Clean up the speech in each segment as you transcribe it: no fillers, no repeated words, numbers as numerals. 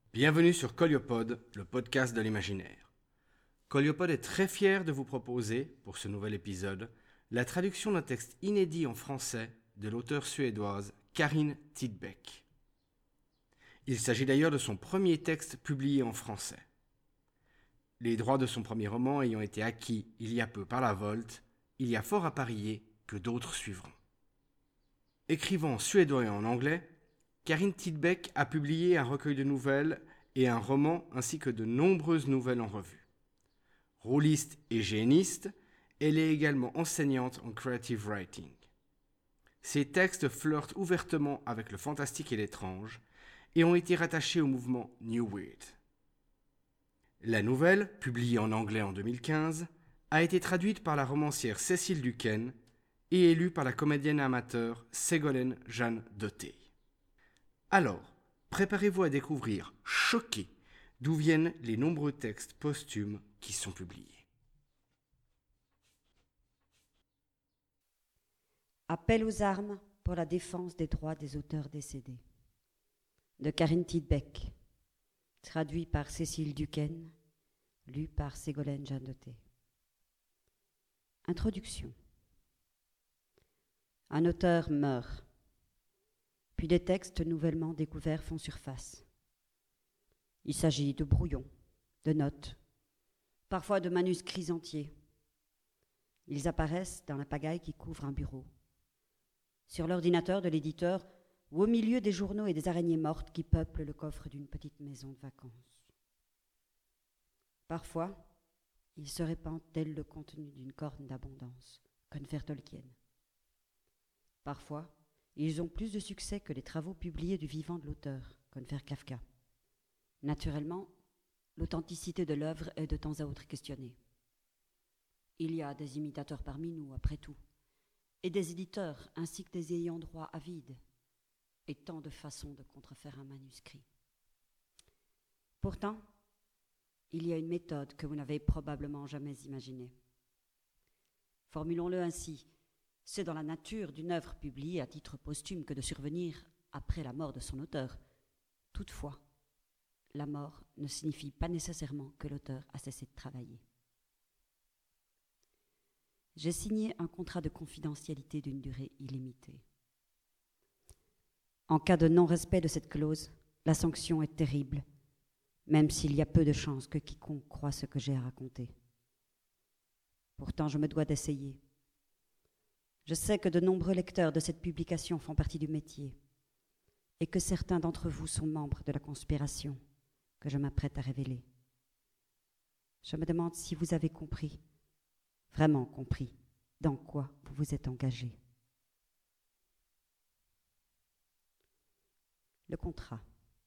Bienvenue sur Coliopod, le podcast de l'imaginaire. Coliopod est très fier de vous proposer, pour ce nouvel épisode, la traduction d'un texte inédit en français de l'auteure suédoise Karin Tidbeck. Il s'agit d'ailleurs de son premier texte publié en français. Les droits de son premier roman ayant été acquis il y a peu par la Volt, il y a fort à parier que d'autres suivront. Écrivant en suédois et en anglais, Karin Tidbeck a publié un recueil de nouvelles et un roman ainsi que de nombreuses nouvelles en revue. Rôliste et géniste, elle est également enseignante en creative writing. Ses textes flirtent ouvertement avec le fantastique et l'étrange et ont été rattachés au mouvement New Weird. La nouvelle, publiée en anglais en 2015, a été traduite par la romancière Cécile Duquesne et est lue par la comédienne amateur Ségolène Jeanne Dotey. Alors, préparez-vous à découvrir, choqués, d'où viennent les nombreux textes posthumes qui sont publiés. Appel aux armes pour la défense des droits des auteurs décédés. De Karin Tidbeck, traduit par Cécile Duquesne, lu par Ségolène Jeanne Dotey. Introduction. Un auteur meurt, puis des textes nouvellement découverts font surface. Il s'agit de brouillons, de notes, parfois de manuscrits entiers. Ils apparaissent dans la pagaille qui couvre un bureau, sur l'ordinateur de l'éditeur ou au milieu des journaux et des araignées mortes qui peuplent le coffre d'une petite maison de vacances. Parfois, ils se répandent tel le contenu d'une corne d'abondance, comme vers Tolkien. Parfois, ils ont plus de succès que les travaux publiés du vivant de l'auteur, comme vers Kafka. Naturellement, l'authenticité de l'œuvre est de temps à autre questionnée. Il y a des imitateurs parmi nous, après tout, et des éditeurs ainsi que des ayants droit avides, et tant de façons de contrefaire un manuscrit. Pourtant, il y a une méthode que vous n'avez probablement jamais imaginée. Formulons-le ainsi, c'est dans la nature d'une œuvre publiée à titre posthume que de survenir après la mort de son auteur. Toutefois, la mort ne signifie pas nécessairement que l'auteur a cessé de travailler. J'ai signé un contrat de confidentialité d'une durée illimitée. En cas de non-respect de cette clause, la sanction est terrible, même s'il y a peu de chances que quiconque croie ce que j'ai à raconter. Pourtant, je me dois d'essayer. Je sais que de nombreux lecteurs de cette publication font partie du métier et que certains d'entre vous sont membres de la conspiration que je m'apprête à révéler. Je me demande si vous avez compris, vraiment compris, dans quoi vous vous êtes engagé. Le contrat.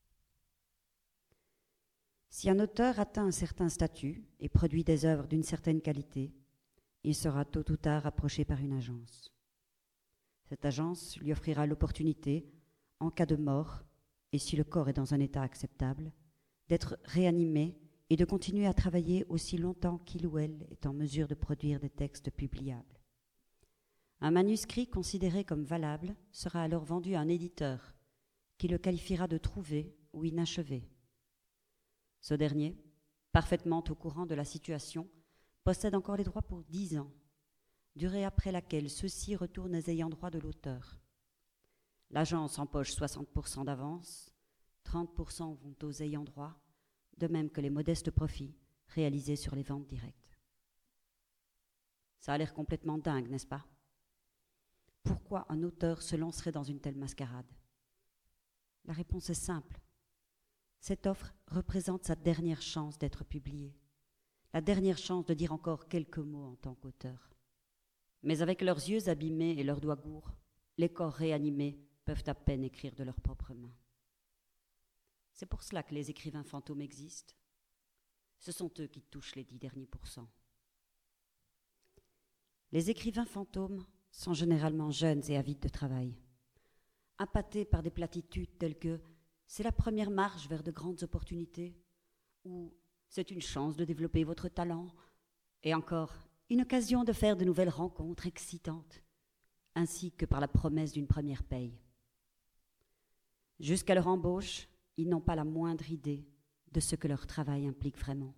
Si un auteur atteint un certain statut et produit des œuvres d'une certaine qualité, il sera tôt ou tard approché par une agence. Cette agence lui offrira l'opportunité, en cas de mort, et si le corps est dans un état acceptable, d'être réanimé et de continuer à travailler aussi longtemps qu'il ou elle est en mesure de produire des textes publiables. Un manuscrit considéré comme valable sera alors vendu à un éditeur qui le qualifiera de trouvé ou inachevé. Ce dernier, parfaitement au courant de la situation, possède encore les droits pour 10 ans, durée après laquelle ceux-ci retournent aux ayants droit de l'auteur. L'agence empoche 60% d'avance, 30% vont aux ayants droit, de même que les modestes profits réalisés sur les ventes directes. Ça a l'air complètement dingue, n'est-ce pas? Pourquoi un auteur se lancerait dans une telle mascarade? La réponse est simple. Cette offre représente sa dernière chance d'être publiée, la dernière chance de dire encore quelques mots en tant qu'auteur. Mais avec leurs yeux abîmés et leurs doigts gourds, les corps réanimés peuvent à peine écrire de leurs propres mains. C'est pour cela que les écrivains fantômes existent. Ce sont eux qui touchent les 10 derniers pourcents. Les écrivains fantômes sont généralement jeunes et avides de travail, appâtés par des platitudes telles que « c'est la première marche vers de grandes opportunités » ou « c'est une chance de développer votre talent » et encore « une occasion de faire de nouvelles rencontres excitantes » ainsi que par la promesse d'une première paye. Jusqu'à leur embauche, ils n'ont pas la moindre idée de ce que leur travail implique vraiment.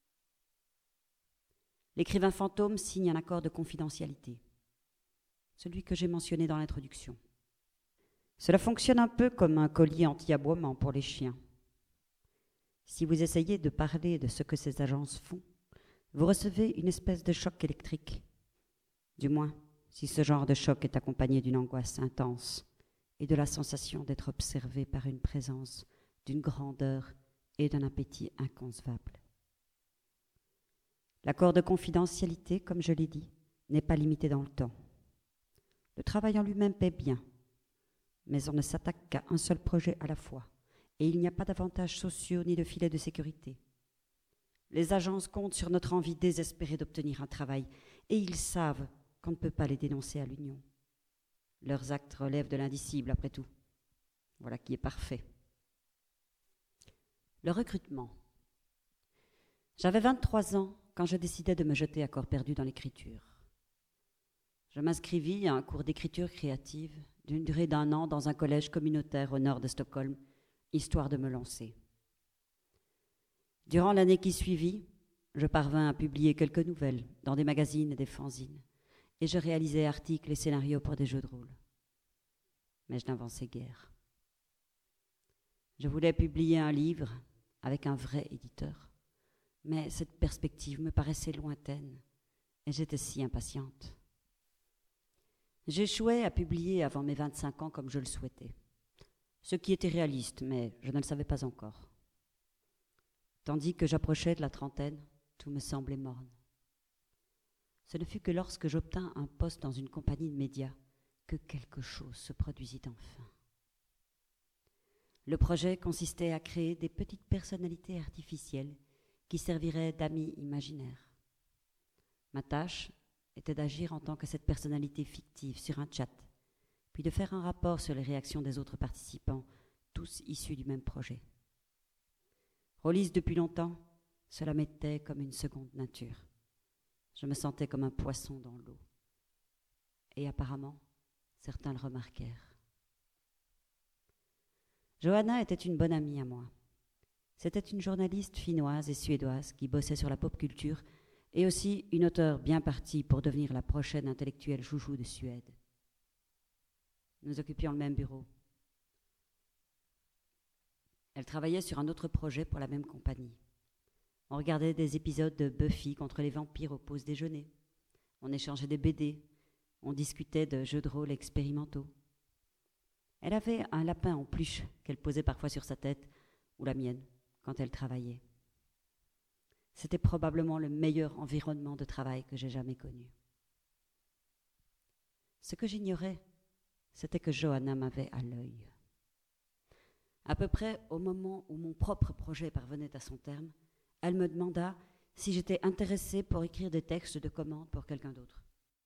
L'écrivain fantôme signe un accord de confidentialité, celui que j'ai mentionné dans l'introduction. Cela fonctionne un peu comme un collier anti-aboiement pour les chiens. Si vous essayez de parler de ce que ces agences font, vous recevez une espèce de choc électrique. Du moins, si ce genre de choc est accompagné d'une angoisse intense et de la sensation d'être observé par une présence d'une grandeur et d'un appétit inconcevable. L'accord de confidentialité, comme je l'ai dit, n'est pas limité dans le temps. Le travail en lui-même paie bien, mais on ne s'attaque qu'à un seul projet à la fois, et il n'y a pas d'avantages sociaux ni de filets de sécurité. Les agences comptent sur notre envie désespérée d'obtenir un travail, et ils savent qu'on ne peut pas les dénoncer à l'union. Leurs actes relèvent de l'indicible, après tout. Voilà qui est parfait. Le recrutement. J'avais 23 ans quand je décidai de me jeter à corps perdu dans l'écriture. Je m'inscrivis à un cours d'écriture créative d'une durée d'1 an dans un collège communautaire au nord de Stockholm, histoire de me lancer. Durant l'année qui suivit, je parvins à publier quelques nouvelles dans des magazines et des fanzines, et je réalisais articles et scénarios pour des jeux de rôle. Mais je n'avançais guère. Je voulais publier un livre avec un vrai éditeur, mais cette perspective me paraissait lointaine, et j'étais si impatiente. J'échouais à publier avant mes 25 ans comme je le souhaitais, ce qui était réaliste, mais je ne le savais pas encore. Tandis que j'approchais de la trentaine, tout me semblait morne. Ce ne fut que lorsque j'obtins un poste dans une compagnie de médias que quelque chose se produisit enfin. Le projet consistait à créer des petites personnalités artificielles qui serviraient d'amis imaginaires. Ma tâche était d'agir en tant que cette personnalité fictive sur un chat, puis de faire un rapport sur les réactions des autres participants, tous issus du même projet. Rôliste depuis longtemps, cela m'était comme une seconde nature. Je me sentais comme un poisson dans l'eau. Et apparemment, certains le remarquèrent. Johanna était une bonne amie à moi. C'était une journaliste finnoise et suédoise qui bossait sur la pop culture et aussi une auteure bien partie pour devenir la prochaine intellectuelle chouchou de Suède. Nous occupions le même bureau. Elle travaillait sur un autre projet pour la même compagnie. On regardait des épisodes de Buffy contre les vampires au pause déjeuner. On échangeait des BD. On discutait de jeux de rôle expérimentaux. Elle avait un lapin en peluche qu'elle posait parfois sur sa tête, ou la mienne, quand elle travaillait. C'était probablement le meilleur environnement de travail que j'ai jamais connu. Ce que j'ignorais, c'était que Johanna m'avait à l'œil. À peu près au moment où mon propre projet parvenait à son terme, elle me demanda si j'étais intéressée pour écrire des textes de commande pour quelqu'un d'autre.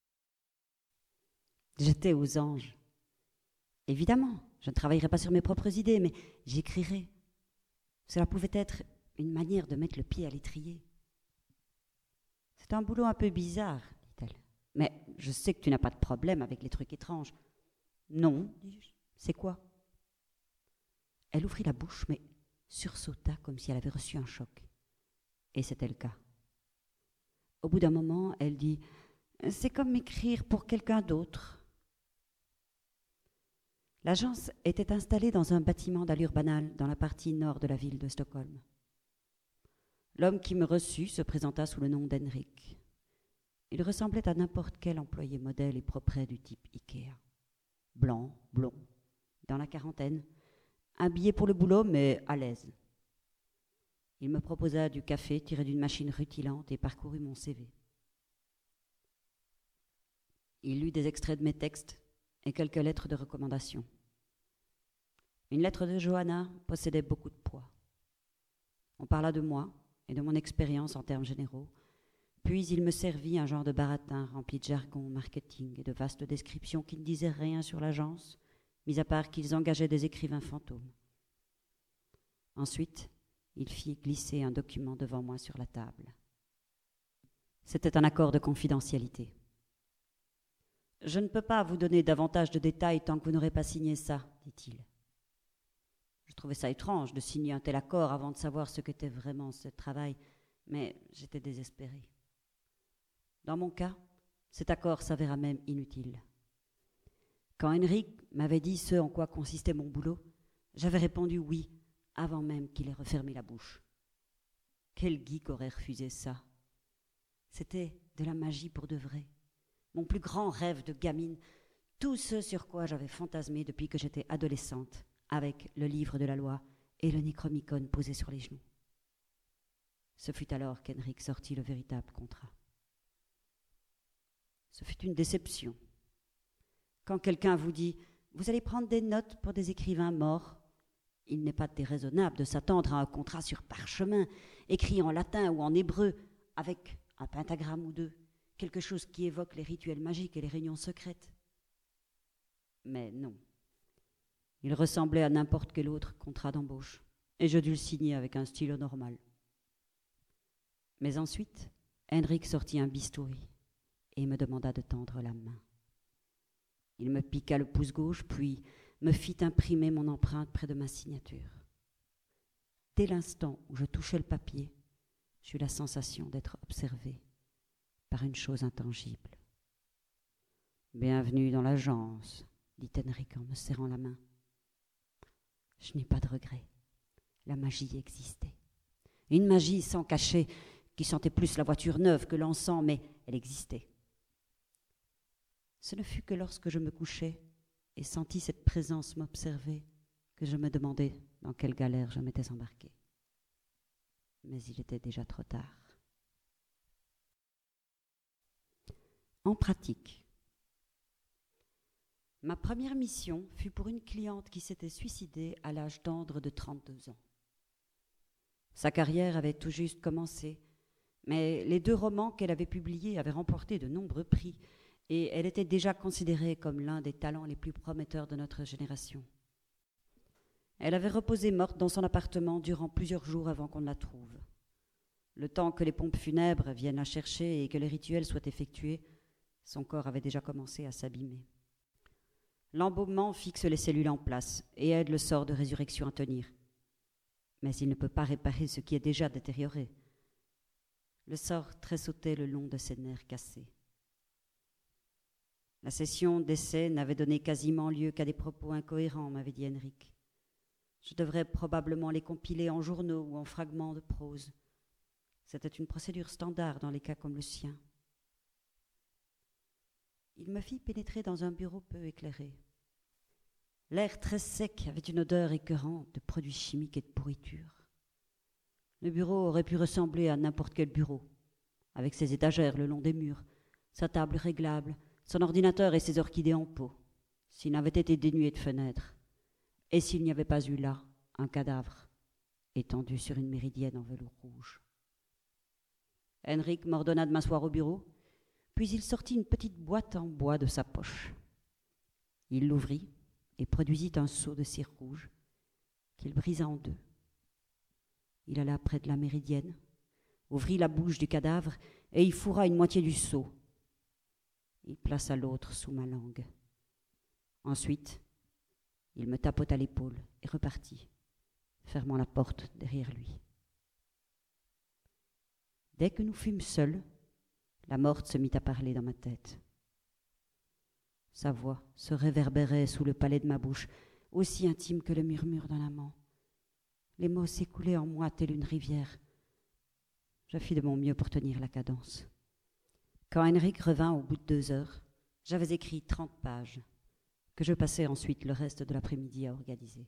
J'étais aux anges. Évidemment, je ne travaillerais pas sur mes propres idées, mais j'écrirais. Cela pouvait être une manière de mettre le pied à l'étrier. C'est un boulot un peu bizarre, dit-elle. Mais je sais que tu n'as pas de problème avec les trucs étranges. Non, dis-je. C'est quoi ? Elle ouvrit la bouche, mais sursauta comme si elle avait reçu un choc. Et c'était le cas. Au bout d'un moment, elle dit « C'est comme écrire pour quelqu'un d'autre. » L'agence était installée dans un bâtiment d'allure banale dans la partie nord de la ville de Stockholm. L'homme qui me reçut se présenta sous le nom d'Henrik. Il ressemblait à n'importe quel employé modèle et propret du type Ikea. Blanc, blond, dans la quarantaine, habillé pour le boulot mais à l'aise. Il me proposa du café tiré d'une machine rutilante et parcourut mon CV. Il lut des extraits de mes textes et quelques lettres de recommandation. Une lettre de Johanna possédait beaucoup de poids. On parla de moi et de mon expérience en termes généraux, puis il me servit un genre de baratin rempli de jargon, marketing et de vastes descriptions qui ne disaient rien sur l'agence, mis à part qu'ils engageaient des écrivains fantômes. Ensuite, il fit glisser un document devant moi sur la table. C'était un accord de confidentialité. « Je ne peux pas vous donner davantage de détails tant que vous n'aurez pas signé ça, dit-il. » Je trouvais ça étrange de signer un tel accord avant de savoir ce qu'était vraiment ce travail, mais j'étais désespérée. Dans mon cas, cet accord s'avéra même inutile. Quand Henrik m'avait dit ce en quoi consistait mon boulot, j'avais répondu oui, avant même qu'il ait refermé la bouche. Quel geek aurait refusé ça? C'était de la magie pour de vrai. Mon plus grand rêve de gamine, tout ce sur quoi j'avais fantasmé depuis que j'étais adolescente, avec le livre de la loi et le Necronomicon posé sur les genoux. Ce fut alors qu'Henrik sortit le véritable contrat. Ce fut une déception. Quand quelqu'un vous dit « Vous allez prendre des notes pour des écrivains morts », il n'est pas déraisonnable de s'attendre à un contrat sur parchemin, écrit en latin ou en hébreu, avec un pentagramme ou deux, quelque chose qui évoque les rituels magiques et les réunions secrètes. Mais non. Il ressemblait à n'importe quel autre contrat d'embauche, et je dus le signer avec un stylo normal. Mais ensuite, Henrik sortit un bistouri et me demanda de tendre la main. Il me piqua le pouce gauche, puis me fit imprimer mon empreinte près de ma signature. Dès l'instant où je touchais le papier, j'eus la sensation d'être observée par une chose intangible. « Bienvenue dans l'agence », dit Henrik en me serrant la main. Je n'ai pas de regret. La magie existait. Une magie sans cachet, qui sentait plus la voiture neuve que l'encens, mais elle existait. Ce ne fut que lorsque je me couchais et sentis cette présence m'observer que je me demandais dans quelle galère je m'étais embarquée. Mais il était déjà trop tard. En pratique, ma première mission fut pour une cliente qui s'était suicidée à l'âge tendre de 32 ans. Sa carrière avait tout juste commencé, mais les 2 romans qu'elle avait publiés avaient remporté de nombreux prix et elle était déjà considérée comme l'un des talents les plus prometteurs de notre génération. Elle avait reposé morte dans son appartement durant plusieurs jours avant qu'on ne la trouve. Le temps que les pompes funèbres viennent la chercher et que les rituels soient effectués, son corps avait déjà commencé à s'abîmer. L'embaumement fixe les cellules en place et aide le sort de résurrection à tenir. Mais il ne peut pas réparer ce qui est déjà détérioré. Le sort tressautait le long de ses nerfs cassés. La session d'essai n'avait donné quasiment lieu qu'à des propos incohérents, m'avait dit Henrik. Je devrais probablement les compiler en journaux ou en fragments de prose. C'était une procédure standard dans les cas comme le sien. Il me fit pénétrer dans un bureau peu éclairé. L'air très sec avait une odeur écœurante de produits chimiques et de pourriture. Le bureau aurait pu ressembler à n'importe quel bureau, avec ses étagères le long des murs, sa table réglable, son ordinateur et ses orchidées en pot, s'il n'avait été dénué de fenêtres, et s'il n'y avait pas eu là un cadavre étendu sur une méridienne en velours rouge. Henrik m'ordonna de m'asseoir au bureau, puis il sortit une petite boîte en bois de sa poche. Il l'ouvrit et produisit un seau de cire rouge qu'il brisa en 2. Il alla près de la méridienne, ouvrit la bouche du cadavre et y fourra une moitié du seau. Il plaça l'autre sous ma langue. Ensuite, il me tapota l'épaule et repartit, fermant la porte derrière lui. Dès que nous fûmes seuls, la morte se mit à parler dans ma tête. Sa voix se réverbérait sous le palais de ma bouche, aussi intime que le murmure d'un amant. Les mots s'écoulaient en moi telle une rivière. Je fis de mon mieux pour tenir la cadence. Quand Henrik revint au bout de 2 heures, j'avais écrit 30 pages, que je passai ensuite le reste de l'après-midi à organiser.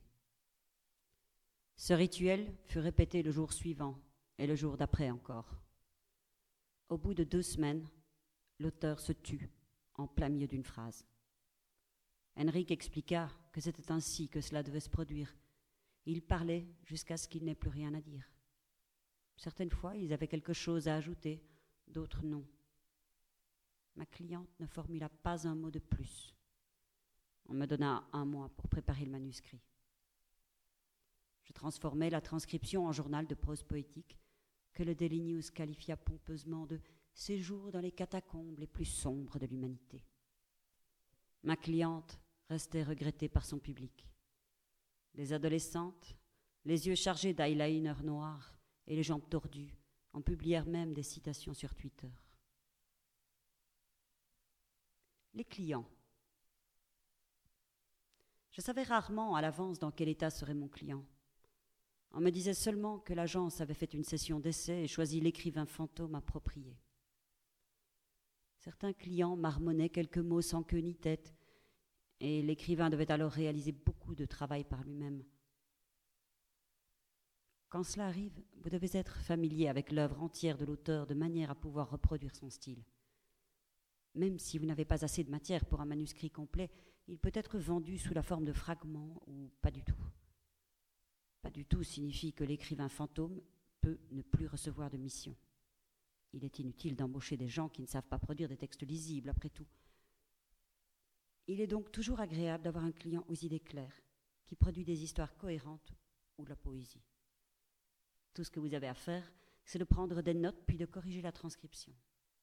Ce rituel fut répété le jour suivant et le jour d'après encore. Au bout de 2 semaines, l'auteur se tut en plein milieu d'une phrase. Henrik expliqua que c'était ainsi que cela devait se produire. Il parlait jusqu'à ce qu'il n'ait plus rien à dire. Certaines fois, ils avaient quelque chose à ajouter, d'autres non. Ma cliente ne formula pas un mot de plus. On me donna 1 mois pour préparer le manuscrit. Je transformai la transcription en journal de prose poétique que le Daily News qualifia pompeusement de « séjour dans les catacombes les plus sombres de l'humanité ». Ma cliente restait regrettée par son public. Les adolescentes, les yeux chargés d'eyeliner noir et les jambes tordues, en publièrent même des citations sur Twitter. Les clients. Je savais rarement à l'avance dans quel état serait mon client. On me disait seulement que l'agence avait fait une session d'essai et choisi l'écrivain fantôme approprié. Certains clients marmonnaient quelques mots sans queue ni tête, et l'écrivain devait alors réaliser beaucoup de travail par lui-même. Quand cela arrive, vous devez être familier avec l'œuvre entière de l'auteur de manière à pouvoir reproduire son style. Même si vous n'avez pas assez de matière pour un manuscrit complet, il peut être vendu sous la forme de fragments ou pas du tout. Pas du tout signifie que l'écrivain fantôme peut ne plus recevoir de mission. Il est inutile d'embaucher des gens qui ne savent pas produire des textes lisibles, après tout. Il est donc toujours agréable d'avoir un client aux idées claires, qui produit des histoires cohérentes ou de la poésie. Tout ce que vous avez à faire, c'est de prendre des notes puis de corriger la transcription.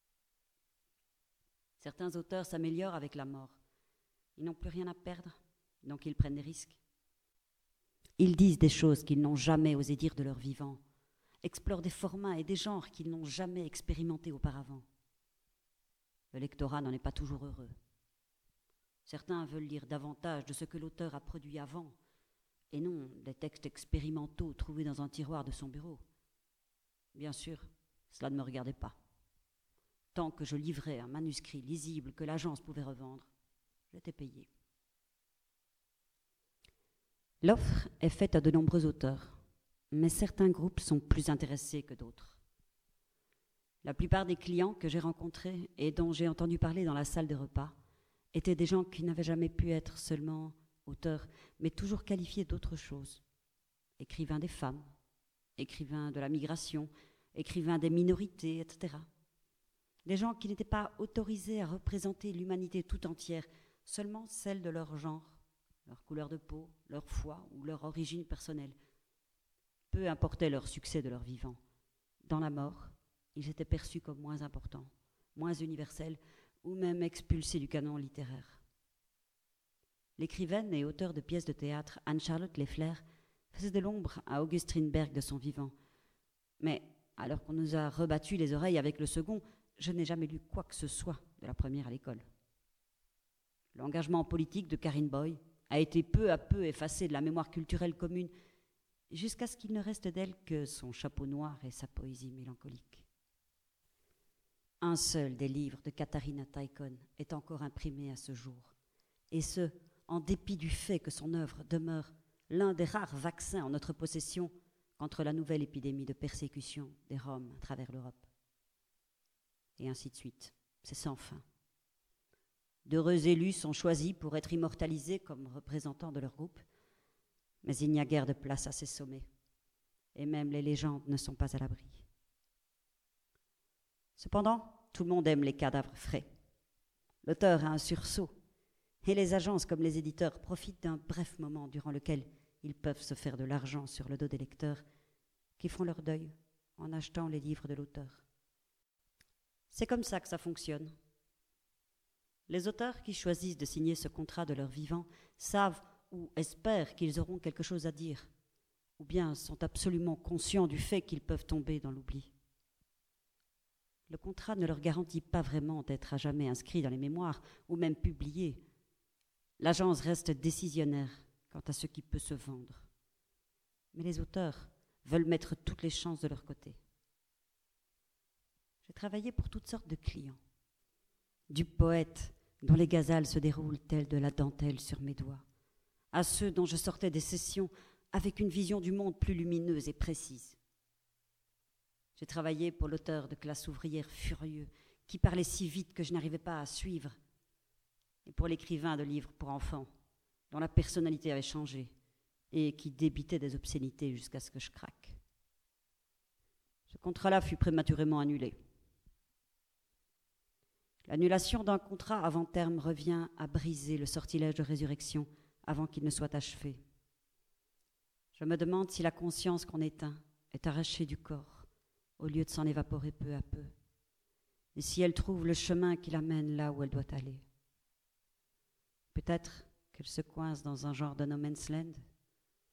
Certains auteurs s'améliorent avec la mort. Ils n'ont plus rien à perdre, donc ils prennent des risques. Ils disent des choses qu'ils n'ont jamais osé dire de leur vivant, explorent des formats et des genres qu'ils n'ont jamais expérimentés auparavant. Le lectorat n'en est pas toujours heureux. Certains veulent lire davantage de ce que l'auteur a produit avant, et non des textes expérimentaux trouvés dans un tiroir de son bureau. Bien sûr, cela ne me regardait pas. Tant que je livrais un manuscrit lisible que l'agence pouvait revendre, j'étais payé. L'offre est faite à de nombreux auteurs, mais certains groupes sont plus intéressés que d'autres. La plupart des clients que j'ai rencontrés et dont j'ai entendu parler dans la salle de repas étaient des gens qui n'avaient jamais pu être seulement auteurs, mais toujours qualifiés d'autre chose. Écrivains des femmes, écrivains de la migration, écrivains des minorités, etc. Des gens qui n'étaient pas autorisés à représenter l'humanité tout entière, seulement celle de leur genre, leur couleur de peau, leur foi ou leur origine personnelle. Peu importait leur succès de leur vivant. Dans la mort, ils étaient perçus comme moins importants, moins universels, ou même expulsés du canon littéraire. L'écrivaine et auteure de pièces de théâtre Anne-Charlotte Leffler faisait de l'ombre à August Strindberg de son vivant. Mais, alors qu'on nous a rebattu les oreilles avec le second, je n'ai jamais lu quoi que ce soit de la première à l'école. L'engagement politique de Karine Boy a été peu à peu effacé de la mémoire culturelle commune, jusqu'à ce qu'il ne reste d'elle que son chapeau noir et sa poésie mélancolique. Un seul des livres de Katharina Taikon est encore imprimé à ce jour, et ce, en dépit du fait que son œuvre demeure l'un des rares vaccins en notre possession contre la nouvelle épidémie de persécution des Roms à travers l'Europe. Et ainsi de suite, c'est sans fin. D'heureux élus sont choisis pour être immortalisés comme représentants de leur groupe, mais il n'y a guère de place à ces sommets, et même les légendes ne sont pas à l'abri. Cependant, tout le monde aime les cadavres frais. L'auteur a un sursaut, et les agences comme les éditeurs profitent d'un bref moment durant lequel ils peuvent se faire de l'argent sur le dos des lecteurs qui font leur deuil en achetant les livres de l'auteur. C'est comme ça que ça fonctionne. Les auteurs qui choisissent de signer ce contrat de leur vivant savent ou espèrent qu'ils auront quelque chose à dire, ou bien sont absolument conscients du fait qu'ils peuvent tomber dans l'oubli. Le contrat ne leur garantit pas vraiment d'être à jamais inscrit dans les mémoires ou même publié. L'agence reste décisionnaire quant à ce qui peut se vendre. Mais les auteurs veulent mettre toutes les chances de leur côté. J'ai travaillé pour toutes sortes de clients. Du poète dont les ghazals se déroulent telles de la dentelle sur mes doigts, à ceux dont je sortais des sessions avec une vision du monde plus lumineuse et précise. J'ai travaillé pour l'auteur de classe ouvrière furieux qui parlait si vite que je n'arrivais pas à suivre, et pour l'écrivain de livres pour enfants dont la personnalité avait changé et qui débitait des obscénités jusqu'à ce que je craque. Ce contrat-là fut prématurément annulé. L'annulation d'un contrat avant terme revient à briser le sortilège de résurrection avant qu'il ne soit achevé. Je me demande si la conscience qu'on éteint est arrachée du corps au lieu de s'en évaporer peu à peu, et si elle trouve le chemin qui l'amène là où elle doit aller. Peut-être qu'elle se coince dans un genre de no man's land,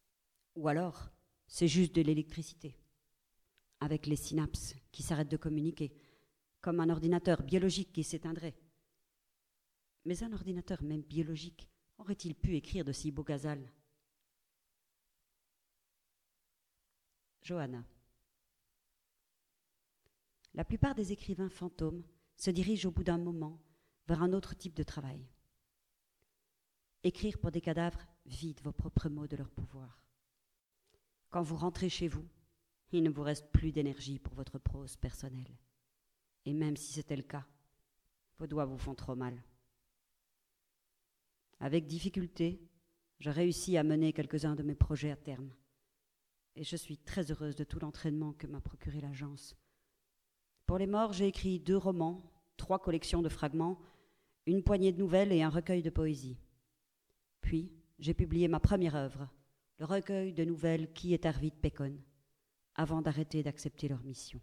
Ou alors, c'est juste de l'électricité, avec les synapses qui s'arrêtent de communiquer, comme un ordinateur biologique qui s'éteindrait. Mais un ordinateur, même biologique, aurait-il pu écrire de si beaux ghazals ? Johanna. La plupart des écrivains fantômes se dirigent au bout d'un moment vers un autre type de travail. Écrire pour des cadavres vide vos propres mots de leur pouvoir. Quand vous rentrez chez vous, il ne vous reste plus d'énergie pour votre prose personnelle. Et même si c'était le cas, vos doigts vous font trop mal. Avec difficulté, je réussis à mener quelques-uns de mes projets à terme. Et je suis très heureuse de tout l'entraînement que m'a procuré l'agence. Pour les morts, j'ai écrit 2 romans, 3 collections de fragments, une poignée de nouvelles et un recueil de poésie. Puis, j'ai publié ma première œuvre, le recueil de nouvelles Qui est Arvid Pécon, avant d'arrêter d'accepter leur mission.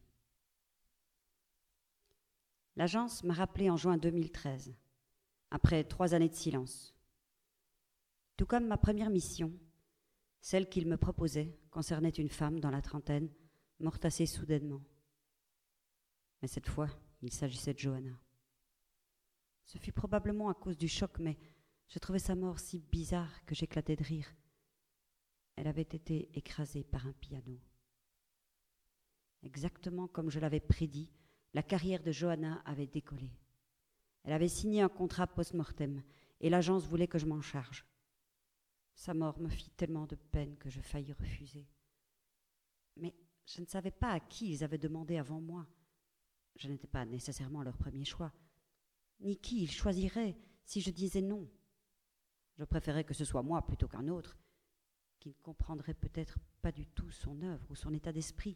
L'agence m'a rappelé en juin 2013, après 3 années de silence. Tout comme ma première mission, celle qu'il me proposait concernait une femme dans la trentaine, morte assez soudainement. Mais cette fois, il s'agissait de Johanna. Ce fut probablement à cause du choc, mais je trouvais sa mort si bizarre que j'éclatais de rire. Elle avait été écrasée par un piano. Exactement comme je l'avais prédit, la carrière de Johanna avait décollé. Elle avait signé un contrat post-mortem et l'agence voulait que je m'en charge. Sa mort me fit tellement de peine que je faillis refuser. Mais je ne savais pas à qui ils avaient demandé avant moi. Je n'étais pas nécessairement leur premier choix, ni qui ils choisiraient si je disais non. Je préférais que ce soit moi plutôt qu'un autre, qui ne comprendrait peut-être pas du tout son œuvre ou son état d'esprit.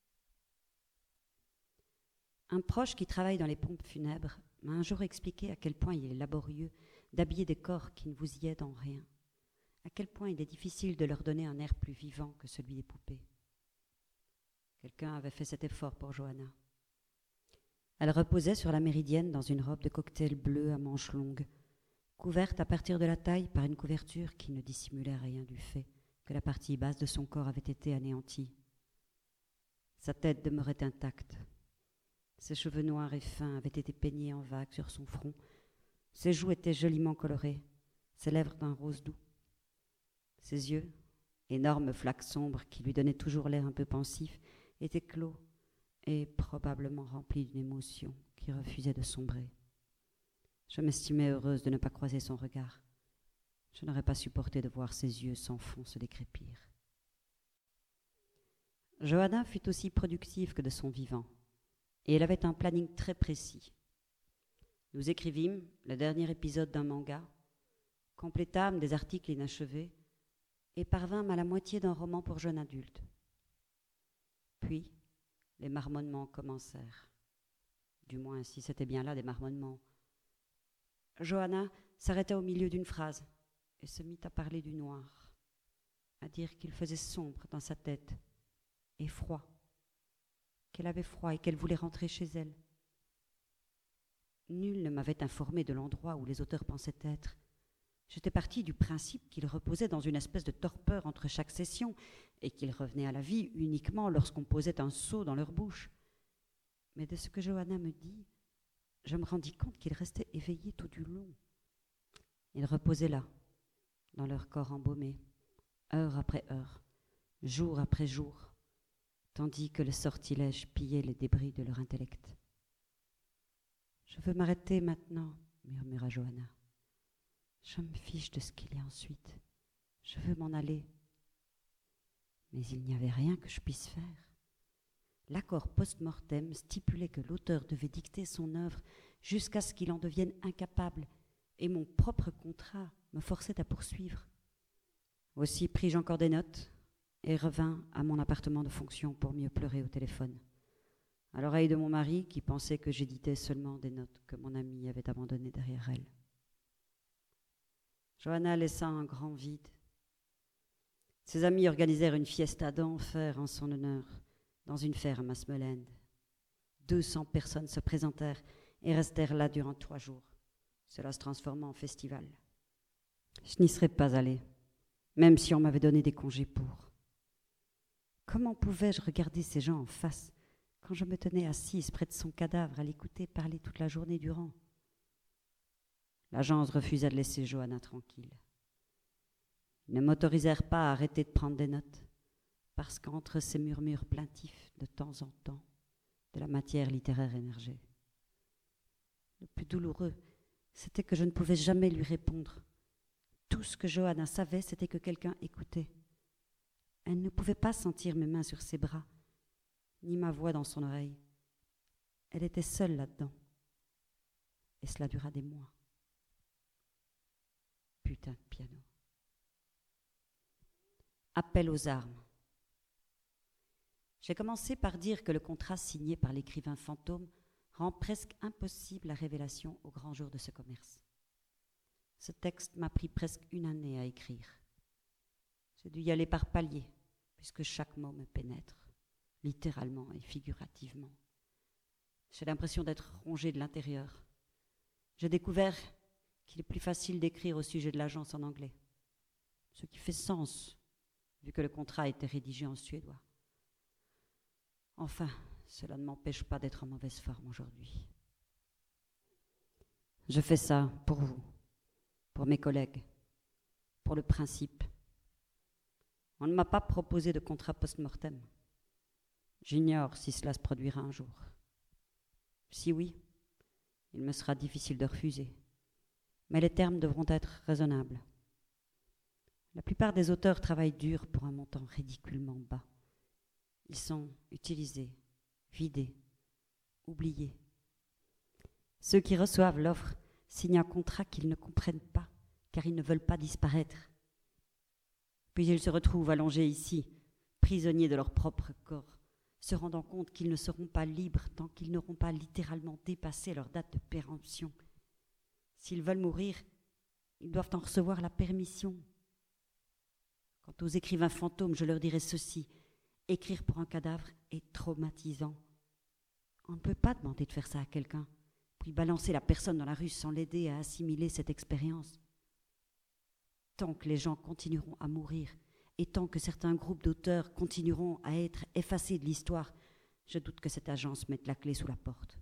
Un proche qui travaille dans les pompes funèbres m'a un jour expliqué à quel point il est laborieux d'habiller des corps qui ne vous y aident en rien, à quel point il est difficile de leur donner un air plus vivant que celui des poupées. Quelqu'un avait fait cet effort pour Johanna. Elle reposait sur la méridienne dans une robe de cocktail bleue à manches longues, couverte à partir de la taille par une couverture qui ne dissimulait rien du fait que la partie basse de son corps avait été anéantie. Sa tête demeurait intacte. Ses cheveux noirs et fins avaient été peignés en vagues sur son front. Ses joues étaient joliment colorées, ses lèvres d'un rose doux. Ses yeux, énormes flaques sombres qui lui donnaient toujours l'air un peu pensif, étaient clos et probablement remplis d'une émotion qui refusait de sombrer. Je m'estimais heureuse de ne pas croiser son regard. Je n'aurais pas supporté de voir ses yeux sans fond se décrépir. Johanna fut aussi productive que de son vivant, et elle avait un planning très précis. Nous écrivîmes le dernier épisode d'un manga, complétâmes des articles inachevés et parvînmes à la moitié d'un roman pour jeunes adultes. Puis, les marmonnements commencèrent. Du moins, si c'était bien là des marmonnements. Johanna s'arrêta au milieu d'une phrase et se mit à parler du noir, à dire qu'il faisait sombre dans sa tête et froid, qu'elle avait froid et qu'elle voulait rentrer chez elle. Nul ne m'avait informé de l'endroit où les auteurs pensaient être. J'étais partie du principe qu'ils reposaient dans une espèce de torpeur entre chaque session et qu'ils revenaient à la vie uniquement lorsqu'on posait un seau dans leur bouche. Mais de ce que Johanna me dit, je me rendis compte qu'ils restaient éveillés tout du long. Ils reposaient là, dans leur corps embaumé, heure après heure, jour après jour, tandis que le sortilège pillait les débris de leur intellect. « Je veux m'arrêter maintenant, » murmura Johanna. « Je me fiche de ce qu'il y a ensuite. Je veux m'en aller. » Mais il n'y avait rien que je puisse faire. L'accord post-mortem stipulait que l'auteur devait dicter son œuvre jusqu'à ce qu'il en devienne incapable, et mon propre contrat me forçait à poursuivre. Aussi pris-je encore des notes et revins à mon appartement de fonction pour mieux pleurer au téléphone, à l'oreille de mon mari qui pensait que j'éditais seulement des notes que mon amie avait abandonnées derrière elle. Johanna laissa un grand vide. Ses amis organisèrent une fiesta d'enfer en son honneur dans une ferme à Smøland. 200 personnes se présentèrent et restèrent là durant 3 jours. Cela se transforma en festival. Je n'y serais pas allée, même si on m'avait donné des congés pour. Comment pouvais-je regarder ces gens en face quand je me tenais assise près de son cadavre à l'écouter parler toute la journée durant? L'agence refusa de laisser Johanna tranquille. Ils ne m'autorisèrent pas à arrêter de prendre des notes, parce qu'entre ces murmures plaintifs, de temps en temps, de la matière littéraire émergeait. Le plus douloureux, c'était que je ne pouvais jamais lui répondre. Tout ce que Johanna savait, c'était que quelqu'un écoutait. Elle ne pouvait pas sentir mes mains sur ses bras, ni ma voix dans son oreille. Elle était seule là-dedans. Et cela dura des mois. Putain de piano. Appel aux armes. J'ai commencé par dire que le contrat signé par l'écrivain fantôme rend presque impossible la révélation au grand jour de ce commerce. Ce texte m'a pris presque une année à écrire. J'ai dû y aller par paliers, puisque chaque mot me pénètre, littéralement et figurativement. J'ai l'impression d'être rongée de l'intérieur. J'ai découvert qu'il est plus facile d'écrire au sujet de l'agence en anglais, ce qui fait sens, vu que le contrat a été rédigé en suédois. Enfin, cela ne m'empêche pas d'être en mauvaise forme aujourd'hui. Je fais ça pour vous, pour mes collègues, pour le principe. On ne m'a pas proposé de contrat post-mortem. J'ignore si cela se produira un jour. Si oui, il me sera difficile de refuser, mais les termes devront être raisonnables. La plupart des auteurs travaillent dur pour un montant ridiculement bas. Ils sont utilisés, vidés, oubliés. Ceux qui reçoivent l'offre signent un contrat qu'ils ne comprennent pas, car ils ne veulent pas disparaître. Puis ils se retrouvent allongés ici, prisonniers de leur propre corps, se rendant compte qu'ils ne seront pas libres tant qu'ils n'auront pas littéralement dépassé leur date de péremption. S'ils veulent mourir, ils doivent en recevoir la permission. Quant aux écrivains fantômes, je leur dirai ceci: écrire pour un cadavre est traumatisant. On ne peut pas demander de faire ça à quelqu'un, puis balancer la personne dans la rue sans l'aider à assimiler cette expérience. Tant que les gens continueront à mourir et tant que certains groupes d'auteurs continueront à être effacés de l'histoire, je doute que cette agence mette la clé sous la porte.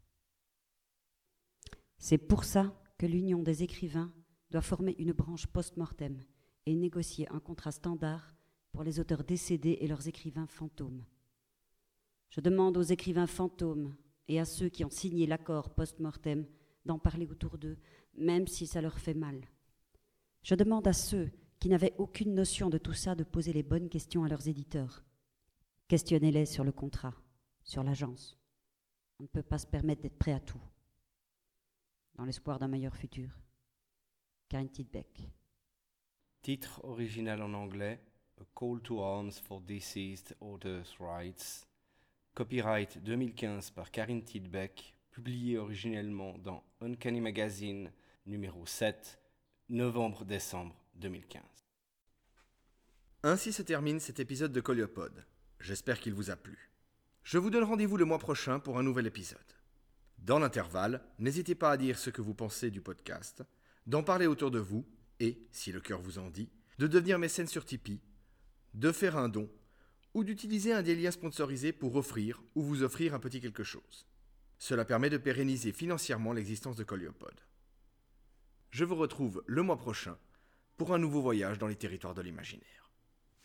C'est pour ça que l'Union des écrivains doit former une branche post-mortem et négocier un contrat standard pour les auteurs décédés et leurs écrivains fantômes. Je demande aux écrivains fantômes et à ceux qui ont signé l'accord post-mortem d'en parler autour d'eux, même si ça leur fait mal. Je demande à ceux qui n'avaient aucune notion de tout ça de poser les bonnes questions à leurs éditeurs. Questionnez-les sur le contrat, sur l'agence. On ne peut pas se permettre d'être prêt à tout. Dans l'espoir d'un meilleur futur. Karin Tidbeck. Titre original en anglais: A Call to Arms for Deceased Authors' Rights. Copyright 2015 par Karin Tidbeck, publié originellement dans Uncanny Magazine numéro 7, novembre-décembre 2015. Ainsi se termine cet épisode de Coliopod. J'espère qu'il vous a plu. Je vous donne rendez-vous le mois prochain pour un nouvel épisode. Dans l'intervalle, n'hésitez pas à dire ce que vous pensez du podcast, d'en parler autour de vous et, si le cœur vous en dit, de devenir mécène sur Tipeee, de faire un don ou d'utiliser un des liens sponsorisés pour offrir ou vous offrir un petit quelque chose. Cela permet de pérenniser financièrement l'existence de Coliopod. Je vous retrouve le mois prochain pour un nouveau voyage dans les territoires de l'imaginaire.